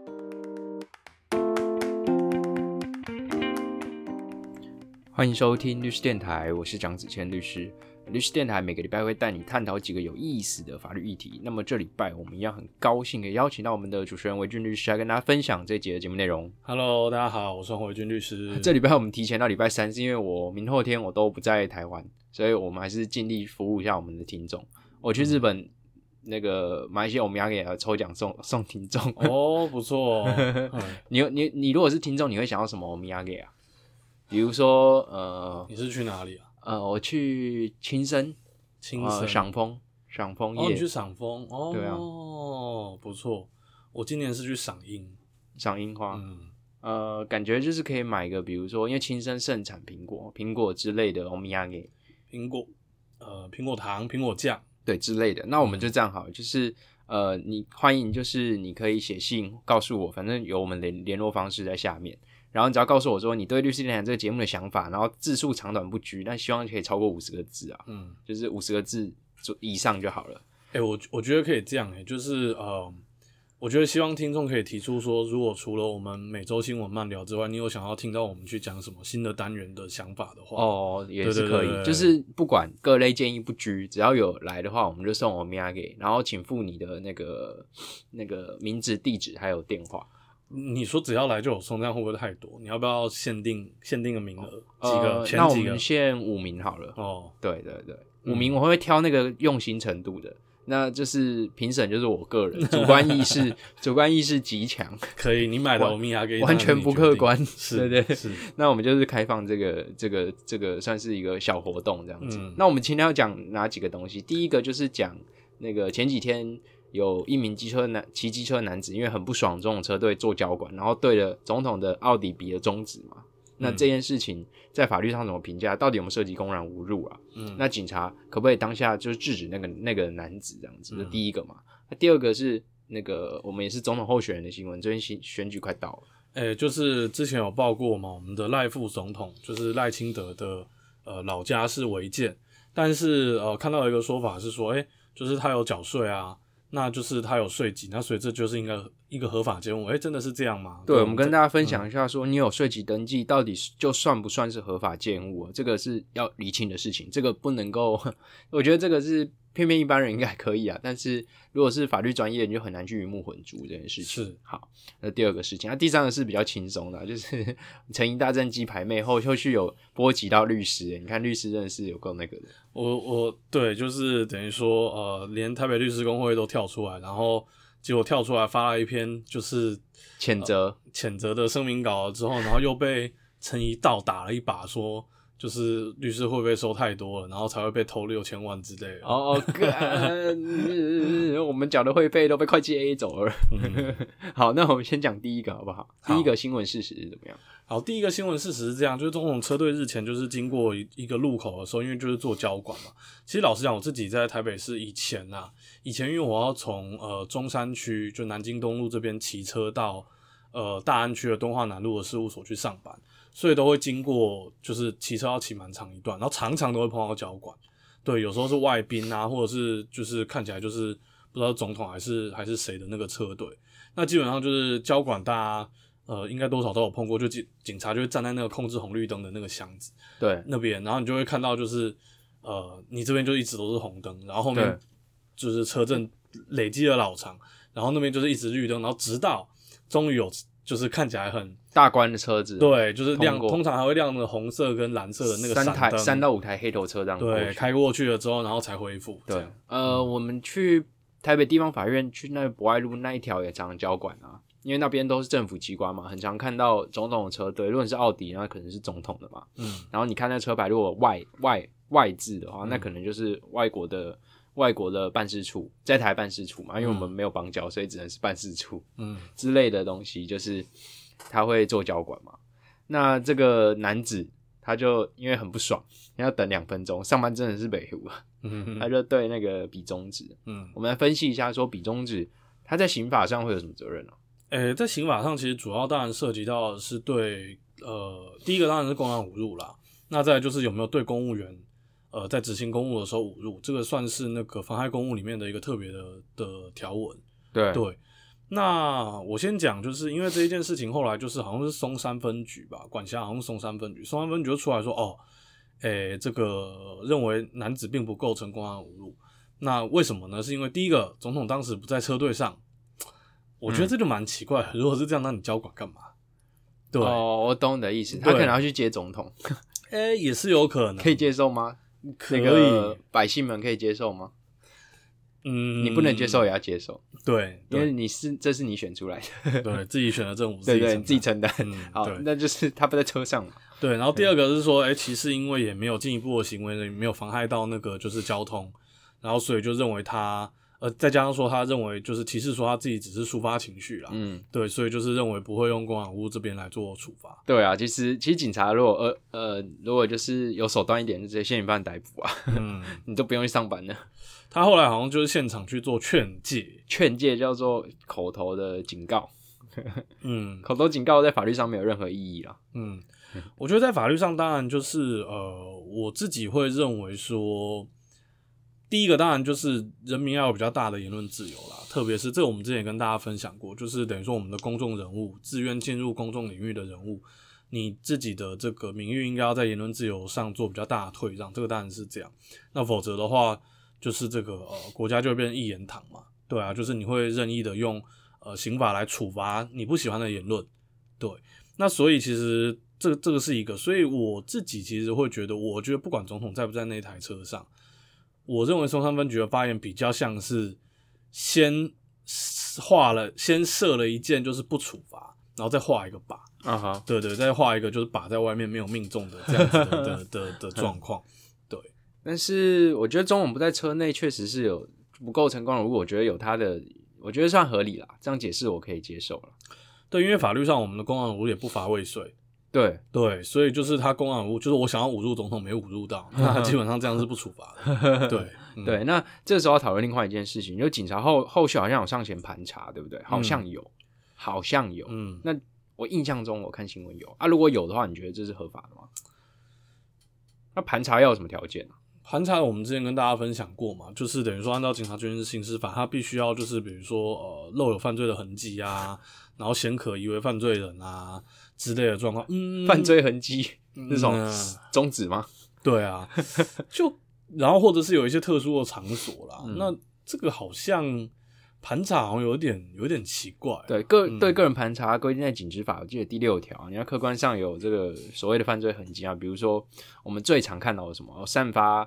欢迎收听律师电台，我是蒋子谦律师。律师电台每个礼拜会带你探讨几个有意思的法律议题。那么这礼拜我们一样很高兴的邀请到我们的主持人维俊律师来跟大家分享这一集的节目内容。 Hello， 大家好，我是维俊律师。 这礼拜我们提前到礼拜三，是因为我明后天我都不在台湾，所以我们还是尽力服务一下我们的听众。我去日本那个买一些欧米茄给抽奖送听众。 哦，不错哦。 你如果是听众，你会想要什么欧米茄啊？比如说你是去哪里啊？ 我去青森赏枫叶。 哦，你去赏枫哦？ 对啊， 不错。我今年是去赏樱花。感觉就是可以买个，比如说，因为青森盛产苹果之类的欧米茄， 苹果糖、苹果酱， 对之类的。那我们就这样好了，就是你欢迎，就是你可以写信告诉我，反正有我们的联络方式在下面。然后你只要告诉我说你对律师电台这个节目的想法，然后字数长短不拘，但希望可以超过50个字啊，就是50个字以上就好了。 我觉得可以这样就是我觉得希望听众可以提出说，如果除了我们每周新闻慢聊之外，你有想要听到我们去讲什么新的单元的想法的话， 也是可以， 对， 就是不管各类建议不拘，只要有来的话，我们就送欧米茄，然后请附你的那个名字、地址还有电话。 你说只要来就有送，这样会不会太多？你要不要限定个名额？前几个？ 那我们限5名好了。对，5名我会挑那个用心程度的。那就是评审就是我个人，主观意识极强。 可以，你买的欧米茄完全不客观， 是对。那我们就是开放这个算是一个小活动这样子。那我们今天要讲哪几个东西？第一个就是讲那个前几天有一名骑机车男子，因为很不爽总统车队做交管，然后对了总统的奥迪比了中指嘛。那这件事情在法律上怎么评价？到底有没有涉及公然侮辱啊？那警察可不可以当下就是制止那个男子这样子？这第一个嘛。那第二个是那个我们也是总统候选人的新闻，最近选举快到了。 就是之前有报过嘛，我们的赖副总统就是赖清德的老家是违建，但是看到一个说法是说，就是他有缴税啊。那就是他有税籍，那所以这就是应该一个合法建物。真的是这样吗？ 对，我们跟大家分享一下说，你有税籍登记，到底就算不算是合法建物？这个是要厘清的事情，这个不能够，我觉得这个是偏一般人应该可以啊，但是如果是法律专业，你就很难去鱼目混珠这件事情。 是， 好，那第二个事情，第三个是比较轻松的，就是成瘾大战鸡排妹后续有波及到律师，你看律师真的是有够那个的。 对，就是等于说连台北律师公会都跳出来，然后结果跳出来发了一篇就是谴责的声明稿之后，然后又被陈怡倒打了一把，说就是律师会不会收太多了，然后才会被偷6000万之类的。 我们缴的会费都被会计 A 走了。好，那我们先讲第一个好不好？第一个新闻事实是怎么样？ 好，第一个新闻事实是这样，就是总统车队日前就是经过一个路口的时候，因为就是做交管嘛。其实老实讲，我自己在台北市以前因为我要从中山区就南京东路这边骑车到大安区的敦化南路的事务所去上班，所以都会经过，就是骑车要骑蛮长一段，然后常常都会碰到交管。对，有时候是外宾啊，或者是就是看起来就是不知道总统还是谁的那个车队。那基本上就是交管，大家应该多少都有碰过，就警察就会站在那个控制红绿灯的那个箱子， 对， 那边，然后你就会看到就是你这边就一直都是红灯，然后后面就是车阵累积了老长，然后那边就是一直绿灯，然后直到终于有就是看起来很大关的车子， 对，就是通常还会亮那个红色跟蓝色的那个闪灯 ，3到5台黑头车这样过去， 对，开过去了之后，然后才恢复。 对，我们去台北地方法院去那个博爱路那一条也常常交管啊，因为那边都是政府机关嘛，很常看到总统的车队。如果你是奥迪，那可能是总统的嘛。然后你看那车牌，如果外字的话，那可能就是外国的办事处，在台办事处嘛，因为我们没有邦交，所以只能是办事处之类的东西，就是他会做交管嘛。那这个男子他就因为很不爽，要等2分钟，上班真的是北湖啊，他就对那个比中指。我们来分析一下，说比中指他在刑法上会有什么责任呢？ 在刑法上其实主要当然涉及到的是对第一个当然是公然侮辱啦，那再来就是有没有对公务员在执行公务的时候侮辱，这个算是那个妨害公务里面的一个特别的条文。对， 那我先讲，就是因为这一件事情后来就是好像是松山分局吧，管辖好像是松山分局，松山分局就出来说，这个认为男子并不构成公安侮辱。那为什么呢？是因为第一个，总统当时不在车队上，我觉得这就蛮奇怪的。如果是这样，那你交管干嘛？对， 我懂你的意思，他可能要去接总统， 也是有可能， 可以接受吗？ 可以， 那个百姓们可以接受吗？你不能接受也要接受， 对， 因为这是你选出来的， 对自己选的政府， 对，你自己承担。好， 对， 那就是他不在车上嘛。 对，然后第二个是说，其实因为也没有进一步的行为，没有妨害到那个就是交通，然后所以就认为他，再加上说他认为就是提示说他自己只是抒发情绪啦，对，所以就是认为不会用公安侮辱这边来做处罚。 对啊，其实警察如果就是有手段一点，就直接现行犯逮捕啊，你都不用去上班了。 他后来好像就是现场去做劝诫叫做口头的警告。口头警告在法律上没有任何意义啦。 我觉得在法律上当然就是我自己会认为说，第一个当然就是人民要有比较大的言论自由啦，特别是这我们之前也跟大家分享过，就是等于说我们的公众人物自愿进入公众领域的人物，你自己的这个名誉应该要在言论自由上做比较大的退让，这个当然是这样。那否则的话，就是这个国家就会变成一言堂嘛，对啊，就是你会任意的用刑法来处罚你不喜欢的言论，对。那所以其实这个是一个，所以我自己其实会觉得，我觉得不管总统在不在那台车上，我认为松山分局的发言比较像是先设了一件就是不处罚，然后再画一个靶，对，再画一个就是靶在外面没有命中的这样子的状况。对， 但是我觉得总统不在车内确实是有不构成公然侮辱，我觉得有他的，我觉得算合理啦，这样解释我可以接受了。 对，因为法律上我们的公然侮辱也不罚未遂。 对， 所以就是他公然侮辱，就是我想要侮辱总统没侮辱到，那基本上这样是不处罚的。对， 对，那这时候要讨论另外一件事情，就警察后续好像有上前盘查，对不对？好像有。那我印象中我看新闻有啊，如果有的话，你觉得这是合法的吗？那盘查要有什么条件啊？ 盘查我们之前跟大家分享过嘛，就是等于说按照警察军事刑事法，他必须要就是比如说露有犯罪的痕迹啊，然后显可疑为犯罪人啊之类的状况。 犯罪痕迹是什么？中指吗？ 对啊，然后或者是有一些特殊的场所啦，那这个好像盘查好像有点奇怪。 对个人盘查规定在警执法，我记得第6条，你要客观上有这个所谓的犯罪痕迹啊，比如说我们最常看到的什么，散发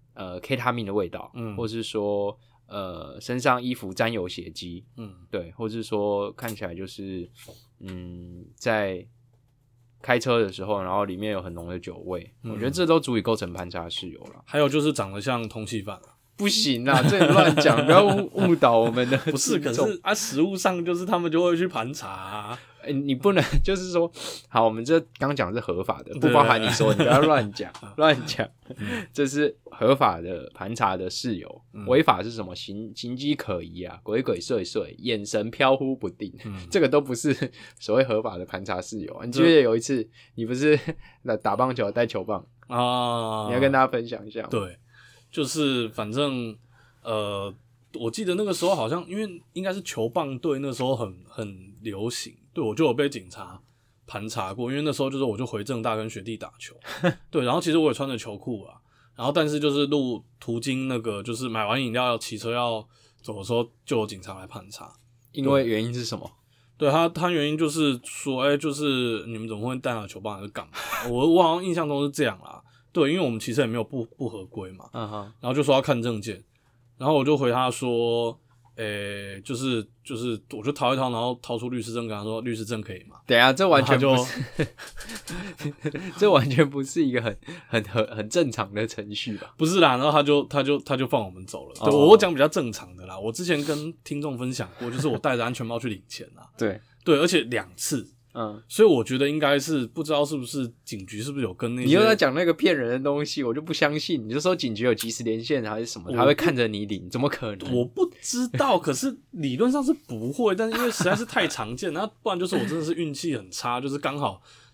K 他命的味道，或是说身上衣服沾有血迹，对，或是说看起来就是在开车的时候，然后里面有很浓的酒味，我觉得这都足以构成盘查事由了。 还有就是长得像通缉犯不行啦，这乱讲，不要误导我们的。 不是，可是实务上就是他们就会去盘查你不能就是说，好，我们这刚讲是合法的，不包含你说，你不要乱讲，这是合法的盘查的事由。违法是什么？形迹可疑啊，鬼鬼祟祟，眼神飘忽不定，这个都不是所谓合法的盘查事由。你记得有一次，你不是打棒球带球棒啊？你要跟大家分享一下。 对。就是反正我记得那个时候好像因为应该是球棒队那时候很流行，对，我就有被警察盘查过，因为那时候就是我就回政大跟学弟打球，对，然后其实我也穿着球裤啊，然后但是就是途经那个就是买完饮料要骑车要走的时候就有警察来盘查。 因为原因是什么？ 对，他原因就是说就是你们怎么会带了球棒还是干嘛？我好像印象中是这样啦。对，因为我们骑车也没有不合规嘛，然后就说要看证件，然后我就回他说，就是我就掏一掏，然后掏出律师证，跟他说律师证可以吗？ 等一下，这完全不是，这完全不是一个很正常的程序吧？ 不是啦，然后他就放我们走了。对，我讲比较正常的啦，我之前跟听众分享过，就是我戴着安全帽去领钱啦，对，而且2次。所以我觉得应该是不知道是不是警局是不是有跟那些， 你又在讲那个骗人的东西，我就不相信。你就说警局有即时连线还是什么，他会看着你领，怎么可能？ 我不知道，可是理论上是不会，但是因为实在是太常见，那不然就是我真的是运气很差，就是刚好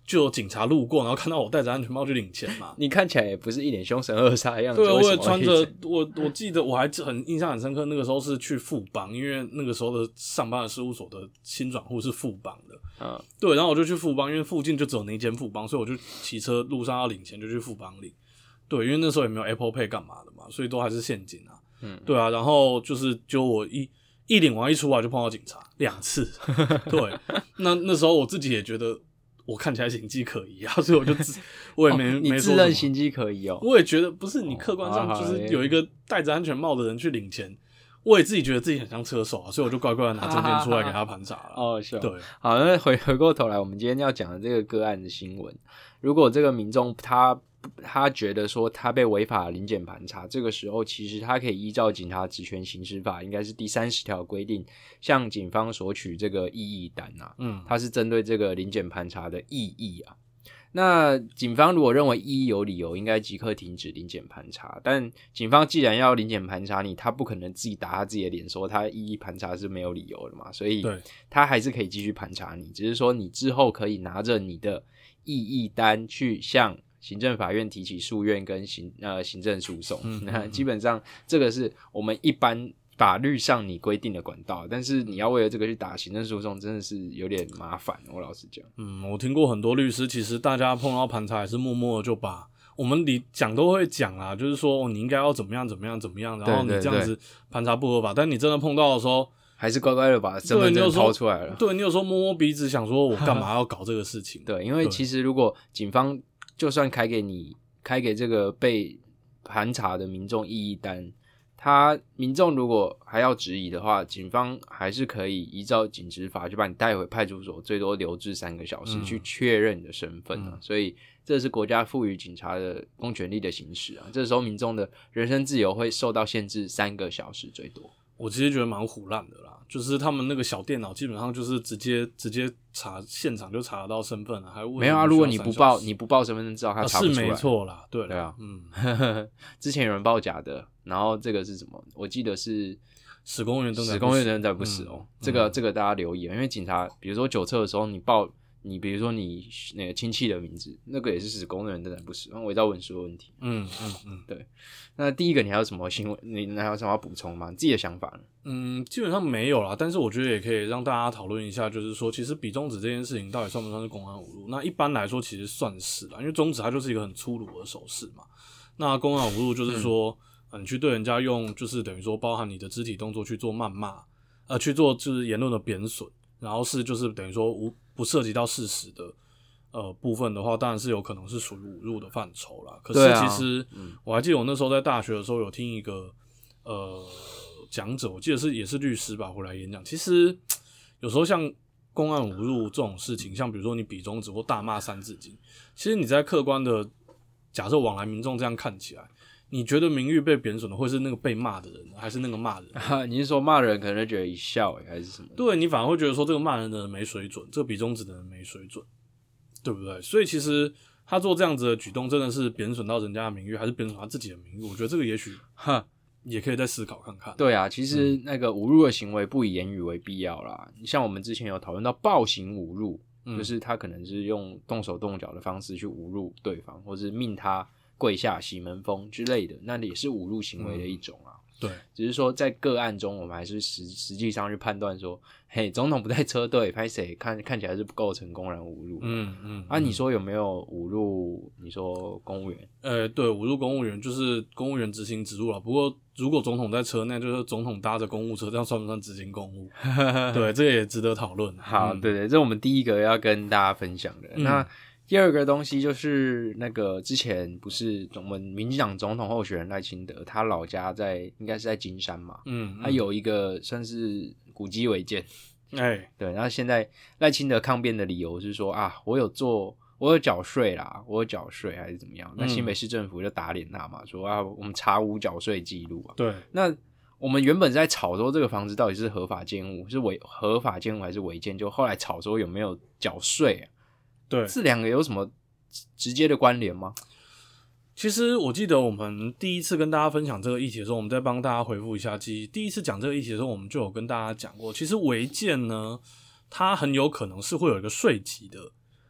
就有警察路过，然后看到我戴着安全帽去领钱嘛。 你看起来也不是一脸凶神恶煞的样子。 对，我也穿着我记得我还印象很深刻，那个时候是去富邦，因为那个时候的上班的事务所的新转户是富邦的。对，然后我就去富邦，因为附近就只有那一间富邦，所以我就骑车路上要领钱就去富邦领。对，因为那时候也没有 Apple Pay 干嘛的嘛，所以都还是现金啊。对啊，然后就我一领完一出来就碰到警察2次。对，那时候我自己也觉得。我看起来形迹可疑啊，所以我也没说什么。 你自认形迹可疑哦？ 我也觉得不是，你客观上就是有一个戴着安全帽的人去领钱，我也自己觉得自己很像车手啊，所以我就乖乖的拿证件出来给他盘查了。 哦，是。 对， 好，那回过头来，我们今天要讲的这个个案的新闻，如果这个民众他觉得说他被违法临检盘查，这个时候其实他可以依照警察职权行使法，应该是第30条规定，向警方索取这个异议单啊。它是针对这个临检盘查的异议啊。那警方如果认为异议有理由，应该即刻停止临检盘查。但警方既然要临检盘查你，他不可能自己打他自己的脸说他异议盘查是没有理由的嘛，所以他还是可以继续盘查你，只是说你之后可以拿着你的异议单去向行政法院提起诉愿跟行政诉讼。基本上这个是我们一般法律上你规定的管道，但是你要为了这个去打行政诉讼，真的是有点麻烦。我老实讲， 我听过很多律师，其实大家碰到盘查也是默默的就把我们讲都会讲啦，就是说你应该要怎么样，然后你这样子盘查不合法，但你真的碰到的时候， 还是乖乖的把身份证掏出来了。 对，你有时候摸摸鼻子，想说我干嘛要搞这个事情？ 对，因为其实如果警方就算开给这个被盘查的民众异议单，民众如果还要质疑的话，警方还是可以依照警职法就把你带回派出所，最多留置3个小时去确认你的身份啊。所以这是国家赋予警察的公权力的行使啊。这时候民众的人身自由会受到限制3个小时最多。 我其实觉得蛮唬烂的啦，就是他们那个小电脑基本上就是直接查现场就查得到身份了，还没有啊？如果你不报身份证，至少他查不出来。 是没错啦，对啊，之前有人报假的，然后这个是什么？我记得是使公务员登载不死哦。这个大家留意，因为警察比如说酒测的时候，你比如说你那个亲戚的名字，那个也是使公务员登载不死，伪造文书的问题。对。那第一个你还有什么新闻？你还有什么要补充吗？你自己的想法呢？ 基本上没有啦，但是我觉得也可以让大家讨论一下，就是说其实比中指这件事情到底算不算是公安侮辱？那一般来说其实算是啦，因为中指它就是一个很粗鲁的手势嘛。那公安侮辱就是说，你去对人家用就是等于说包含你的肢体动作去做谩骂，去做就是言论的贬损，然后是就是等于说不涉及到事实的部分的话，当然是有可能是属于侮辱的范畴啦。可是其实我还记得我那时候在大学的时候有听一个讲者，我记得也是律师吧，回来演讲。其实有时候像公安侮辱这种事情，像比如说你比中指或大骂3字经，其实你在客观的假设往来民众这样看起来，你觉得名誉被贬损的会是那个被骂的人，还是那个骂人？ 你是说骂人可能觉得一笑还是什么？ 对，你反而会觉得说这个骂人的人没水准，这个比中指的人没水准，对不对？所以其实他做这样子的举动，真的是贬损到人家的名誉，还是贬损他自己的名誉？我觉得这个也许也可以再思考看看。 对啊，其实那个侮辱的行为不以言语为必要啦。像我们之前有讨论到暴行侮辱，就是他可能是用动手动脚的方式去侮辱对方，或是命他跪下洗门风之类的，那也是侮辱行为的一种啊。 对， 只是说在个案中，我们还是实际上去判断说，嘿，总统不在车队，拍谁看起来是不构成公然侮辱。你说有没有侮辱？你说公务员？ 对，侮辱公务员就是公务员执行职务了。不过如果总统在车内，就是总统搭着公务车，这样算不算执行公务？对，这个也值得讨论。 好，对，这是我们第一个要跟大家分享的。那第二个东西就是那个之前不是我们民进党总统候选人赖清德，他老家应该是在金山嘛，他有一个算是古迹违建，对，然后现在赖清德抗辩的理由是说我有缴税啦，我有缴税还是怎么样？那新北市政府就打脸他嘛，说我们查无缴税记录啊。 对， 那我们原本在吵说这个房子到底是合法建物，是合法建物还是违建，就后来吵说有没有缴税啊？ 对， 这两个有什么直接的关联吗？ 其实我记得我们第一次跟大家分享这个议题的时候，我们再帮大家回复一下记忆。第一次讲这个议题的时候，我们就有跟大家讲过，其实违建呢，它很有可能是会有一个税级的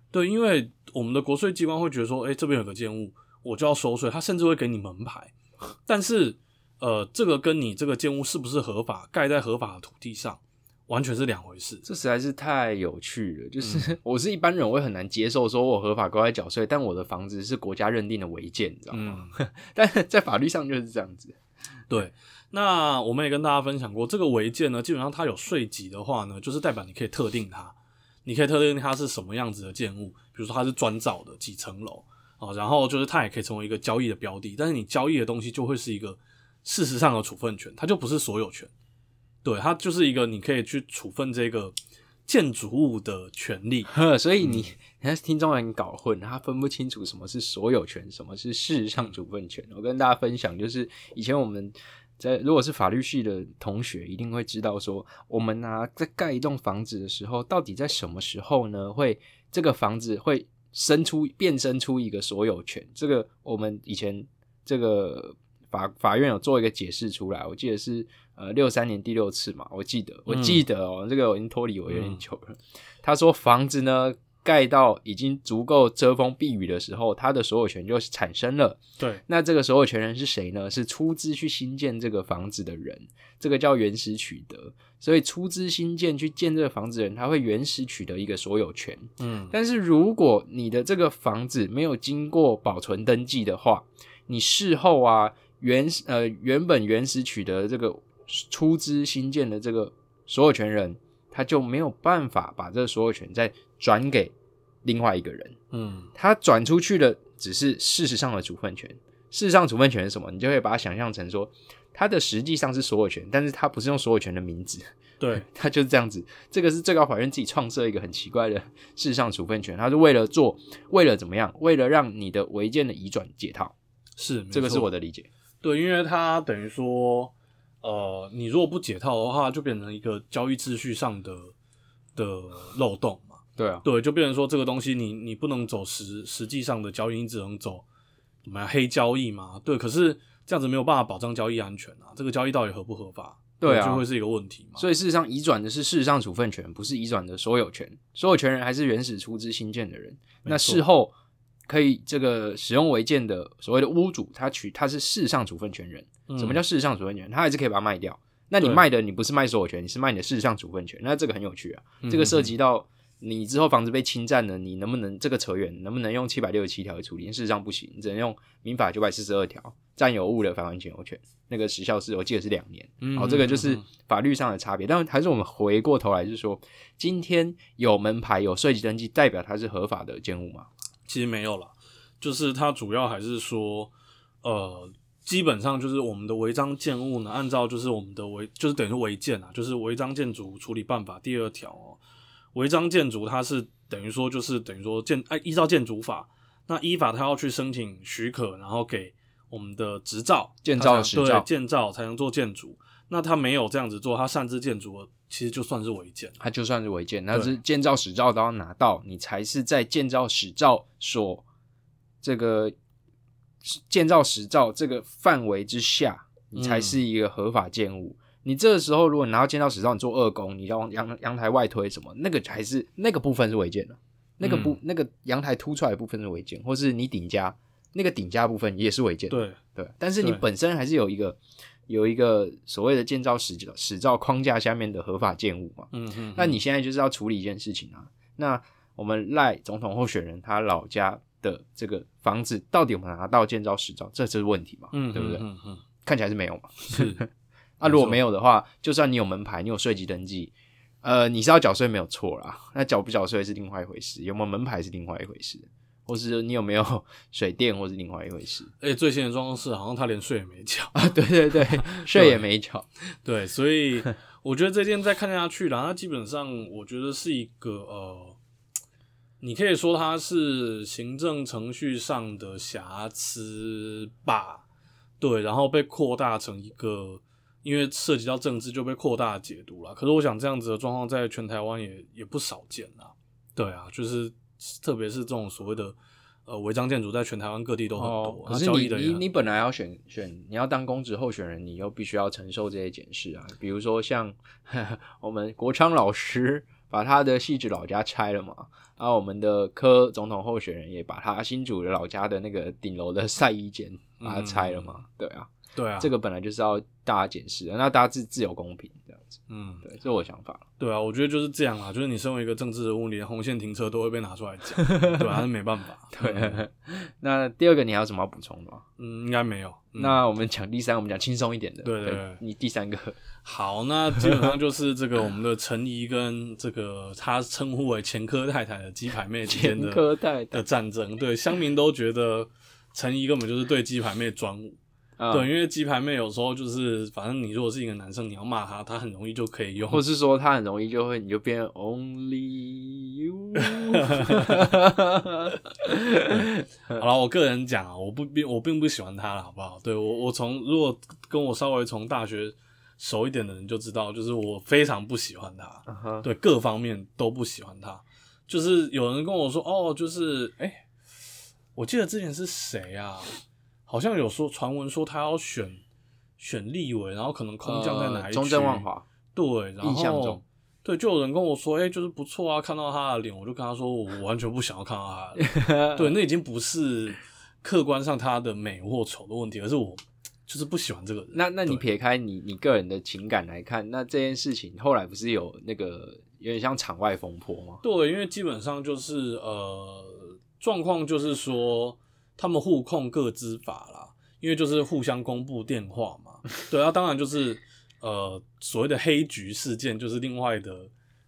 对，因为我们的国税机关会觉得说，这边有个建物，我就要收税，他甚至会给你门牌，但是这个跟你这个建物是不是合法，盖在合法的土地上，完全是两回事。 这实在是太有趣了，就是我是一般人，我会很难接受说我合法公开缴税，但我的房子是国家认定的违建，你知道吗？但在法律上就是这样子。 对，那我们也跟大家分享过，这个违建呢，基本上它有税籍的话呢，就是代表你可以特定它，你可以特定它是什么样子的建物，比如说它是砖造的几层楼然后就是它也可以成为一个交易的标的，但是你交易的东西就会是一个事实上的处分权，它就不是所有权。对，它就是一个你可以去处分这个建筑物的权利。 所以你看听众人搞混，他分不清楚什么是所有权，什么是事实上处分权。我跟大家分享，就是以前我们如果是法律系的同学，一定会知道说，我们在盖一栋房子的时候，到底在什么时候呢？这个房子会变生出一个所有权。这个我们以前这个法院有做一个解释出来，我记得是63年第6次嘛，我记得这个我已经脱离我有点久了。他说房子呢盖到已经足够遮风避雨的时候，他的所有权就产生了。 对， 那这个所有权人是谁呢？是出资去新建这个房子的人，这个叫原始取得。所以出资新建去建这个房子的人，他会原始取得一个所有权。但是如果你的这个房子没有经过保存登记的话，你事后原本原始取得的这个出资新建的这个所有权人，他就没有办法把这个所有权再转给另外一个人。他转出去的只是事实上的处分权。事实上处分权是什么？你就会把它想象成说，他的实际上是所有权，但是他不是用所有权的名字。 对， 他就是这样子。这个是最高法院自己创设一个很奇怪的事实上处分权，他是为了怎么样？为了让你的违建的移转解套。 是， 这个是我的理解。 对，因为它等于说，你如果不解套的话，就变成一个交易秩序上的漏洞嘛。 对啊， 对，就变成说这个东西你不能走实际上的交易，你只能走怎么样黑交易嘛。对，可是这样子没有办法保障交易安全啊，这个交易到底合不合法？ 对啊， 就会是一个问题嘛。 所以事实上移转的是事实上处分权，不是移转的所有权。所有权人还是原始出资新建的人。那事后可以这个使用违建的所谓的屋主，他是事实上处分权人。什么叫事实上处分权？他还是可以把它卖掉。那你卖的你不是卖所有权，你是卖你的事实上处分权。那这个很有趣啊，这个涉及到你之后房子被侵占了，你能不能这个扯远，能不能用767条去处理？事实上不行，你只能用民法942条占有物的返还权有权，那个时效是我记得是2年。这个就是法律上的差别。但还是我们回过头来就是说，今天有门牌有税籍登记，代表它是合法的建物吗？ 其实没有啦，就是它主要还是说，基本上就是我们的违章建物呢，按照就是我们的就是等于违建啊，就是违章建筑处理办法第2条违章建筑它是等于说依照建筑法，那依法它要去申请许可，然后给我们的执照， 建造执照， 对，建造才能做建筑。那他没有这样子做，他擅自建筑，其实就算是违建。 他就算是违建，那是建造使照都要拿到，你才是在建造使照所这个建造使照这个范围之下，你才是一个合法建物。你这个时候如果拿到建造使照，你做2工，你要往阳台外推什么，那个还是那个部分是违建的，那个阳台凸出来的部分是违建，或是你顶加那个顶加部分也是违建。 对， 但是你本身还是有一个所谓的建造使照框架下面的合法建物嘛。那你现在就是要处理一件事情啊。那我们赖总统候选人他老家的这个房子到底有没有拿到建造使照，这是问题嘛？对不对？看起来是没有嘛。 是如果没有的话，就算你有门牌，你有税籍登记，你是要缴税没有错啦。那缴不缴税是另外一回事，有没有门牌是另外一回事。或是你有没有水电，或是另外一回事。 最新的状况是，好像他连税也没缴啊！对对对，税也没缴。 对，所以我觉得这件再看下去啦，它基本上我觉得是一个你可以说它是行政程序上的瑕疵吧。对，然后被扩大成一个，因为涉及到政治就被扩大解读啦。可是我想这样子的状况在全台湾也不少见啦。对啊，就是特别是这种所谓的违章建筑，在全台湾各地都很多。 可是你本来要选你要当公职候选人，你又必须要承受这些检视啊。比如说像我们国昌老师把他的汐止老家拆了嘛，然后我们的柯总统候选人也把他新竹的老家的那个顶楼的晒衣间把它拆了嘛，对啊，这个本来就是要大家检视的，那大家自由公平这样子，对，这是我想法。 对啊，我觉得就是这样啦，就是你身为一个政治人物，连红线停车都会被拿出来讲，对啊，那没办法。 对，那第二个你还有什么要补充的吗？ 应该没有。 那我们讲第三，我们讲轻松一点的。 对， 你第三个。 好，那基本上就是这个我们的陈怡跟这个他称呼为前科太太的鸡排妹之间的战争。对，乡民都觉得陈怡根本就是对鸡排妹专武。对，因为鸡排妹有时候就是，反正你如果是一个男生，你要骂他，他很容易就可以用， 或是说他很容易你就变 only you 好了，我个人讲啊，我并不喜欢他了，好不好？对，我如果跟我稍微从大学熟一点的人就知道，就是我非常不喜欢他，对，各方面都不喜欢他。就是有人跟我说，就是我记得之前是谁啊？好像有传闻说他要选立委，然后可能空降在哪一区？ 中正万华。 对，然后印象中， 对，就有人跟我说，就是不错啊，看到他的脸，我就跟他说，我完全不想要看到他的脸。对，那已经不是客观上他的美或丑的问题，而是我就是不喜欢这个人。 那你撇开你个人的情感来看，那这件事情后来不是有那个有点像场外风波吗？ 对，因为基本上就是状况就是说。他们互控个资法啦，因为就是互相公布电话嘛。对啊，当然就是所谓的黑局事件，就是另外的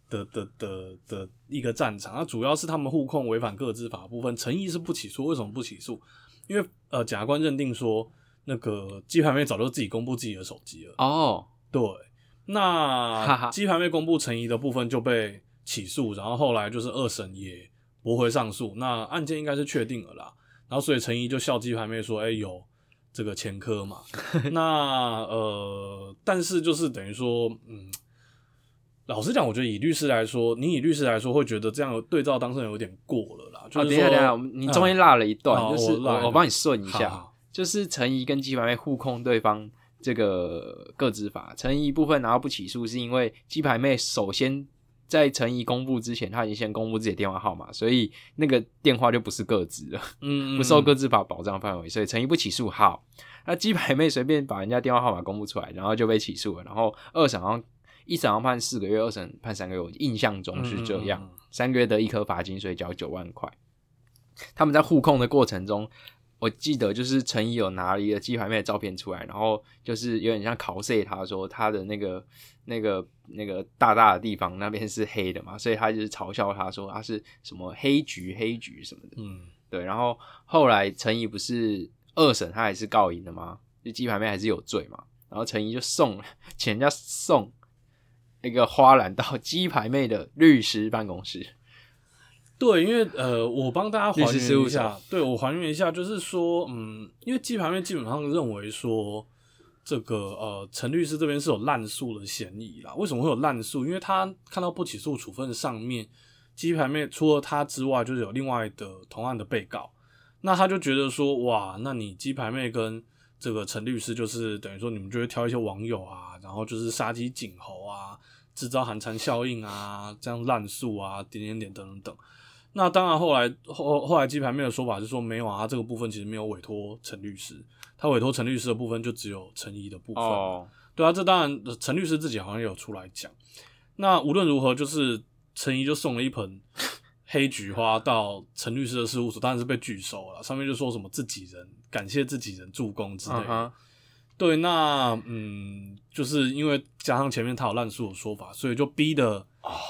一个战场。那主要是他们互控违反个资法的部分，陈怡是不起诉。为什么不起诉？因为检察官认定说，那个鸡排妹早就自己公布自己的手机了。 哦， 对，那鸡排妹公布陈怡的部分就被起诉，然后后来就是二审也驳回上诉，那案件应该是确定了啦。然后所以陈怡就笑鸡排妹说，有这个前科嘛。那但是就是等于说，老实讲，我觉得以律师来说会觉得这样对照当事人有点过了啦。就是说， 等一下，你中间落了一段，就是我帮你顺一下， 好就是陈怡跟鸡排妹互控对方这个个资法，陈怡部分然后不起诉，是因为鸡排妹首先。在陈怡公布之前，他已经先公布自己的电话号码，所以那个电话就不是个资了，不受个资法保障范围，所以陈怡不起诉。好，那鸡排妹随便把人家电话号码公布出来，然后就被起诉了。然后二审好像一审要判4个月，二审判3个月，我印象中是这样，3个月得1颗罚金，所以交9万块。他们在互控的过程中。我记得就是陈怡有拿了一个鸡排妹的照片出来，然后就是有点像考试他说他的那个大大的地方那边是黑的嘛，所以他就是嘲笑他说他是什么黑橘什么的，对。然后后来陈怡不是二审他还是告赢了吗？就鸡排妹还是有罪嘛，然后陈怡就请人家送一个花篮到鸡排妹的律师办公室。 对，因为我帮大家还原一下，对我还原一下，就是说，因为鸡排妹基本上认为说，这个陈律师这边是有滥诉的嫌疑啦。为什么会有滥诉？因为他看到不起诉处分上面，鸡排妹除了他之外，就是有另外的同案的被告，那他就觉得说，哇，那你鸡排妹跟这个陈律师，就是等于说你们就会挑一些网友啊，然后就是杀鸡儆猴啊，制造寒蝉效应啊，这样滥诉啊，点等等。那当然后来鸡排妹的说法是说没有啊，他这个部分其实没有委托陈律师，他委托陈律师的部分就只有陈怡的部分。对啊，这当然陈律师自己好像也有出来讲。那无论如何，就是陈怡就送了一盆黑菊花到陈律师的事务所，当然是被拒收了，上面就说什么自己人感谢自己人助攻之类的。对，那就是因为加上前面他有滥诉的说法，所以就逼的，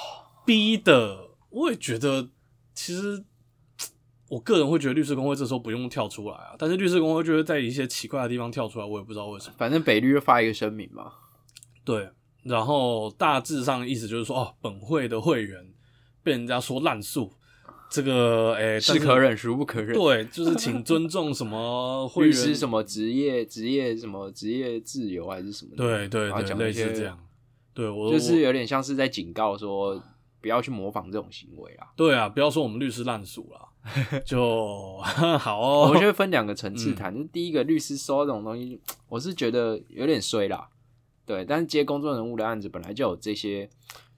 我也觉得。其实，我个人会觉得律师公会这时候不用跳出来啊，但是律师公会就会在一些奇怪的地方跳出来，我也不知道为什么。 反正北律就发一个声明嘛， 对，然后大致上的意思就是说，本会的会员被人家说滥诉，这个是可忍孰不可忍。 对，就是请尊重什么会员律师什么职业什么职业自由还是什么的， 对，类似这样。对，我就是有点像是在警告说。不要去模仿这种行为啦。 对啊，不要说我们律师烂熟啦，就好哦。 我觉得分2个层次谈，就是第一个律师收这种东西，我是觉得有点衰啦。对，但是接公众人物的案子本来就有这些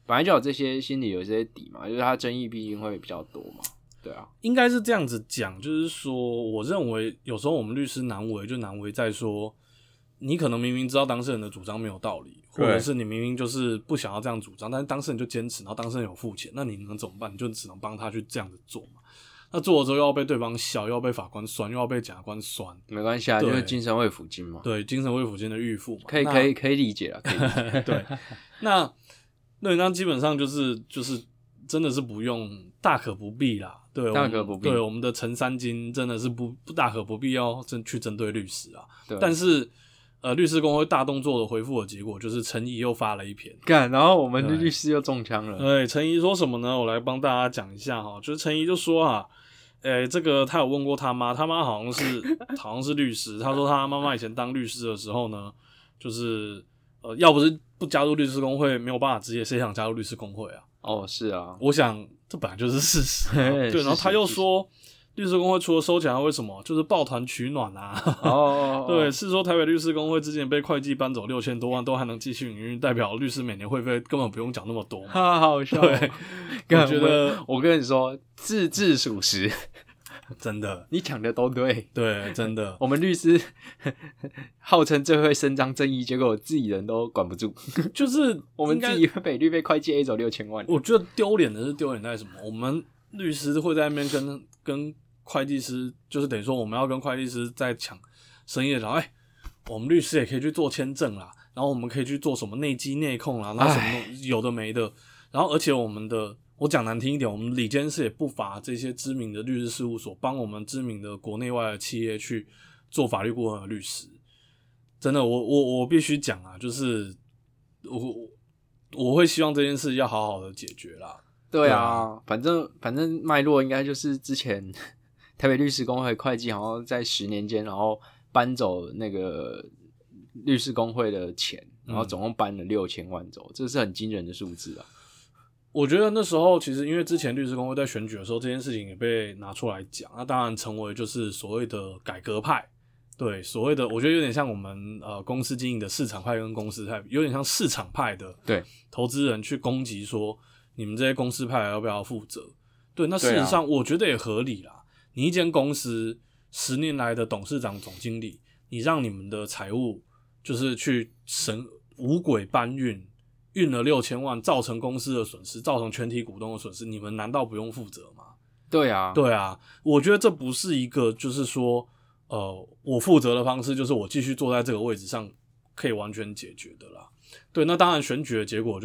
本来就有这些心里有这些底嘛，就是他争议毕竟会比较多嘛。对啊， 应该是这样子讲，就是说，我认为有时候我们律师难为，就难为在说，你可能明明知道当事人的主张没有道理，或者是你明明就是不想要这样主张，但是当事人就坚持，然后当事人有付钱，那你能怎么办？你就只能帮他去这样子做嘛。那做了之后又要被对方笑，又要被法官酸，又要被检察官酸， 没关系啊，就是精神慰抚金嘛。 对，精神慰抚金的预付嘛， 可以理解啦，可以理解。 对，那基本上就是真的是不用，大可不必啦。对， 大可不必。 对，我们的陈三金真的是不大可不必要去针对律师啊。 对， 但是律师公会大动作的回复的结果就是陈怡又发了一篇， 然后我们的律师又中枪了。 对，陈怡说什么呢？我来帮大家讲一下哈，就是陈怡就说啊。这个他有问过他妈好像是律师。他说他妈妈以前当律师的时候呢，就是要不是不加入律师公会，没有办法职业，谁想加入律师公会啊？ 哦，是啊， 我想这本来就是事实啊。对，然后他又说，律师公会除了收钱，还为什么？就是抱团取暖啊。 哦， 对，是说台北律师公会之前被会计搬走6000多万，都还能继续营运，代表律师每年会费根本不用缴那么多。 好笑。 对，我觉得我跟你说，字属实。 真的， 你讲的都对， 对，真的。 我们律师号称最会伸张正义，结果自己人都管不住， 就是我们自己北律被会计 A 走6000万。 我觉得丢脸的是丢脸在什么？我们律师会在那边跟会计师，就是等于说我们要跟会计师在抢生意的时候，我们律师也可以去做签证啦，然后我们可以去做什么内稽内控啦，然后什么有的没的，然后而且我讲难听一点，我们理监事也不乏这些知名的律师事务所，帮我们知名的国内外的企业去做法律顾问的律师。真的，我必须讲啊，就是我会希望这件事要好好的解决啦。 对啊，反正脉络应该就是之前台北律师公会会计好像在10年间，然后搬走那个律师公会的钱，然后总共搬了6000万走，这是很惊人的数字啊。 我觉得那时候其实因为之前律师公会在选举的时候，这件事情也被拿出来讲，那当然成为就是所谓的改革派，对，所谓的我觉得有点像我们公司经营的市场派跟公司派，有点像市场派的对投资人去攻击说你们这些公司派要不要负责？对，那事实上我觉得也合理啦。你一间公司10年来的董事长、总经理，你让你们的财务就是去五轨搬运了6000万，造成公司的损失，造成全体股东的损失，你们难道不用负责吗？ 对啊， 对啊，我觉得这不是一个就是说，我负责的方式，就是我继续坐在这个位置上可以完全解决的啦。对，那当然选举的结果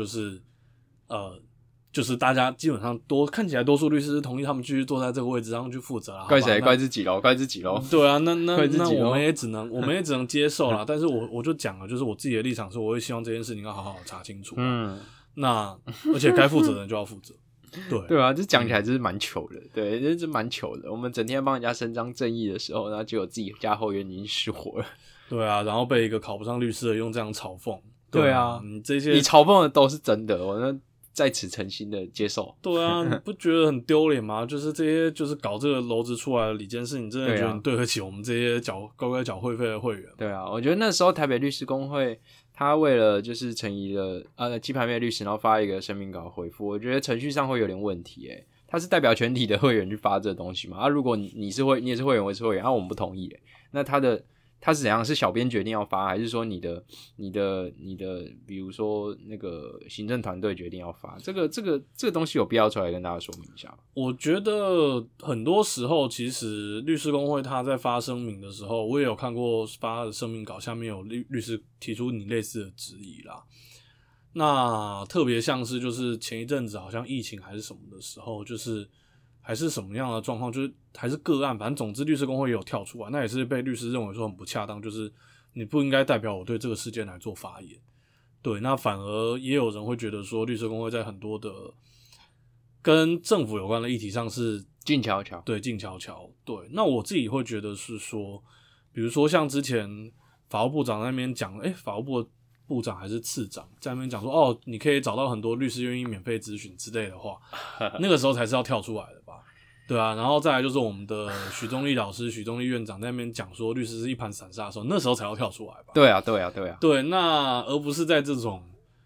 就是大家基本上看起来多数律师是同意他们继续坐在这个位置上去负责啦。 怪谁？怪自己咯，怪自己咯。 对啊，那我们也只能接受啦。但是我就讲了，就是我自己的立场是，我会希望这件事情要好好查清楚。那而且该负责的人就要负责。 对啊，这讲起来真是蛮糗的。对，真是蛮糗的。我们整天帮人家伸张正义的时候，然后结果自己家后院已经失火了。 对啊，然后被一个考不上律师的用这样嘲讽。 对啊， 你嘲讽的都是真的，我那在此诚心的接受。 对啊，你不觉得很丢脸吗？就是这些就是搞这个篓子出来的理监事，你真的觉得你对得起我们这些乖乖缴会费的会员吗？ 对啊，我觉得那时候台北律师公会他为了就是陈怡的鸡排妹律师，然后发一个声明稿回复，我觉得程序上会有点问题欸。他是代表全体的会员去发这个东西嘛？如果你也是会员，我也是会员，我们不同意那他是怎样？是小编决定要发，还是说你的，比如说那个行政团队决定要发？这个东西有必要出来跟大家说明一下吗？ 我觉得很多时候，其实律师公会他在发声明的时候，我也有看过发的声明稿下面有律师提出你类似的质疑啦。那特别像是就是前一阵子好像疫情还是什么的时候，就是还是什么样的状况，就是还是个案，反正总之律师公会也有跳出来，那也是被律师认为说很不恰当，就是你不应该代表我对这个事件来做发言。对，那反而也有人会觉得说律师公会在很多的跟政府有关的议题上是静悄悄。 对，静悄悄。对，那我自己会觉得是说，比如说像之前法务部长在那边讲，法务部部长还是次长在那边讲说，你可以找到很多律师愿意免费咨询之类的话，那个时候才是要跳出来的吧？对啊，然后再来就是我们的许宗力老师、许宗力院长在那边讲说律师是一盘散沙的时候，那时候才要跳出来吧？ 对啊。 对，那而不是在这种，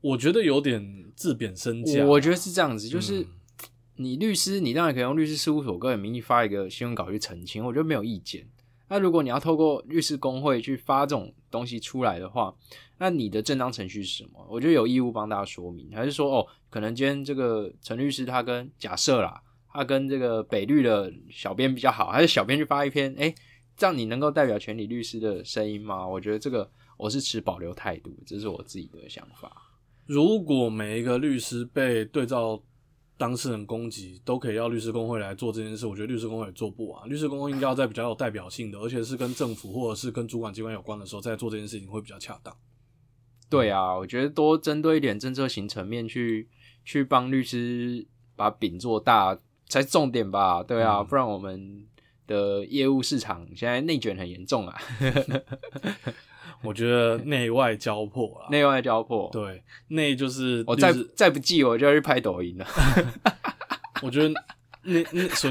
我觉得有点自贬身价。 我觉得是这样子，就是你律师，你当然可以用律师事务所个人名义发一个新闻稿去澄清，我觉得没有意见。那如果你要透过律师公会去发这种东西出来的话，那你的正当程序是什么？我觉得有义务帮大家说明，还是说可能今天这个陈律师他跟假设啦，他跟这个北律的小编比较好，还是小编去发一篇，这样你能够代表全体律师的声音吗？我觉得这个我是持保留态度，这是我自己的想法。 如果每一个律师被对照当事人攻击都可以要律师公会来做这件事，我觉得律师公会也做不完。律师公会应该要在比较有代表性的，而且是跟政府或者是跟主管机关有关的时候再做这件事情会比较恰当。 对啊，我觉得多针对一点政策型层面去帮律师把饼做大才是重点吧。对啊，不然我们的业务市场现在内卷很严重啊。 我觉得内外交迫啦， 内外交迫。 对，内就是我再不济我就要去拍抖音了。 我觉得什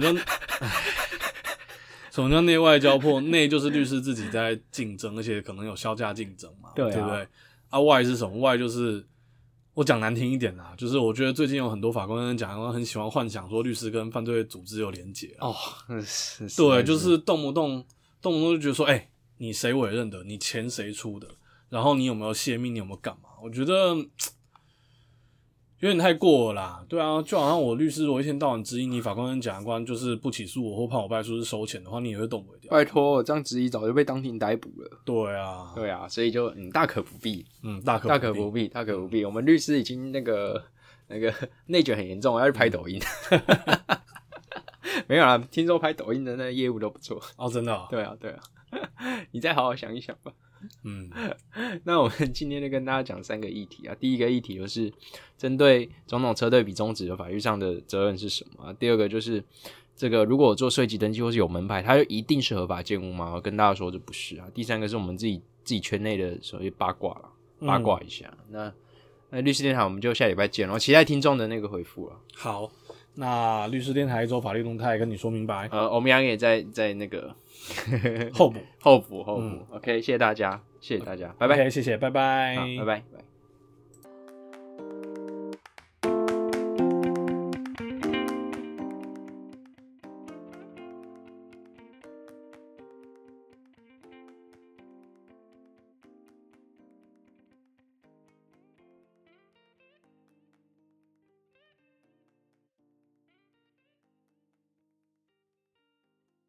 么叫内外交迫？内就是律师自己在竞争，而且可能有销价竞争嘛，对不对？外是什么？外就是我讲难听一点啦，就是我觉得最近有很多法官讲，很喜欢幻想说律师跟犯罪组织有连结。对，就是动不动就觉得说，你谁委任的？你钱谁出的？然后你有没有泄密？你有没有干嘛？我觉得有点太过了啦。对啊，就好像我律师如果一天到晚质疑你法官跟检察官就是不起诉我或判我败诉是收钱的话，你也会动不掉。 拜托，这样质疑早就被当庭逮捕了。 对啊， 所以就大可不必。 大可不必。我们律师已经那个内卷很严重，要去拍抖音。没有啦，听说拍抖音的那个业务都不错。 真的。 对啊，你再好好想一想吧。那我们今天就跟大家讲3个议题啊。第一个议题就是针对总统车队比中指的法律上的责任是什么啊？第二个就是这个如果我做税籍登记或是有门牌，它就一定是合法建物吗？我跟大家说这不是啊。第三个是我们自己圈内的所谓八卦啦，八卦一下。那律师电台我们就下礼拜见咯，期待听众的那个回复了。 好，那律师电台一周法律动态跟你说明白。 我们也在那个候补。 OK， 谢谢大家，拜拜。 谢谢，拜拜。 好，拜拜。